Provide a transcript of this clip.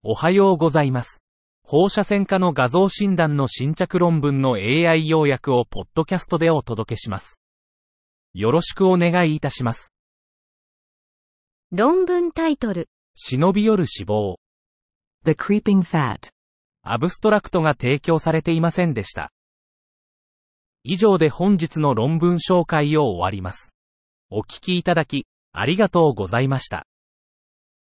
おはようございます。放射線科の画像診断の新着論文の AI 要約をポッドキャストでお届けします。よろしくお願いいたします。 論文タイトル。 忍び寄る脂肪。 The creeping fat. アブストラクトが提供されていませんでした。以上で本日の論文紹介を終わります。お聞きいただき、ありがとうございました。